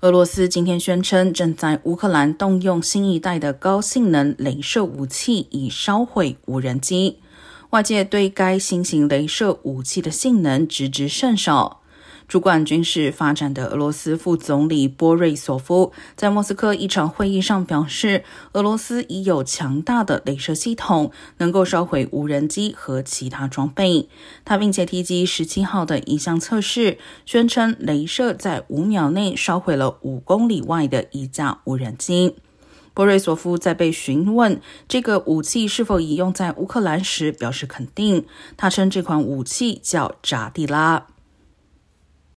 俄罗斯今天宣称，正在乌克兰动用新一代的高性能雷射武器，以烧毁无人机。外界对该新型雷射武器的性能知之甚少。主管军事发展的俄罗斯副总理波瑞索夫在莫斯科一场会议上表示，俄罗斯已有强大的雷射系统，能够烧毁无人机和其他装备。他并且提及17号的一项测试，宣称雷射在5秒内烧毁了5公里外的一架无人机。波瑞索夫在被询问这个武器是否已用在乌克兰时表示肯定，他称这款武器叫扎地拉。